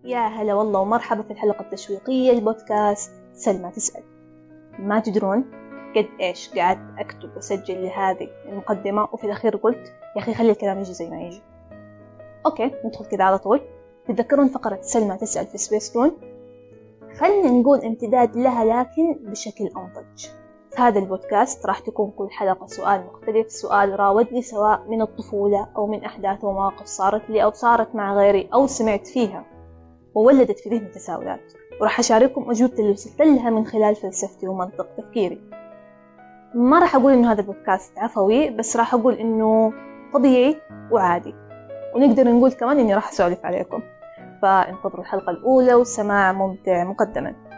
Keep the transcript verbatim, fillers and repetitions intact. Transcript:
يا هلا والله ومرحبا في الحلقة التشويقية البودكاست سلمى تسأل. ما تدرون قد إيش قعدت أكتب وأسجل لهذه المقدمة وفي الأخير قلت يا أخي خلي الكلام يجي زي ما يجي. أوكي ندخل كده على طول. تتذكرون فقرة سلمى تسأل في سبيستون؟ خلينا نقول امتداد لها لكن بشكل أنضج. في هذا البودكاست راح تكون كل حلقة سؤال مختلف، سؤال راودني سواء من الطفولة أو من أحداث ومواقف صارت لي أو صارت مع غيري أو سمعت فيها وولدت في ذهني تساؤلات، وراح أشارككم أجوبة اللي وصلت لها من خلال فلسفتي ومنطق تفكيري. ما راح أقول إنه هذا البودكاست عفوي، بس راح أقول إنه طبيعي وعادي، ونقدر نقول كمان إني راح أسولف عليكم. فانتظروا الحلقة الأولى وسماع ممتع مقدما.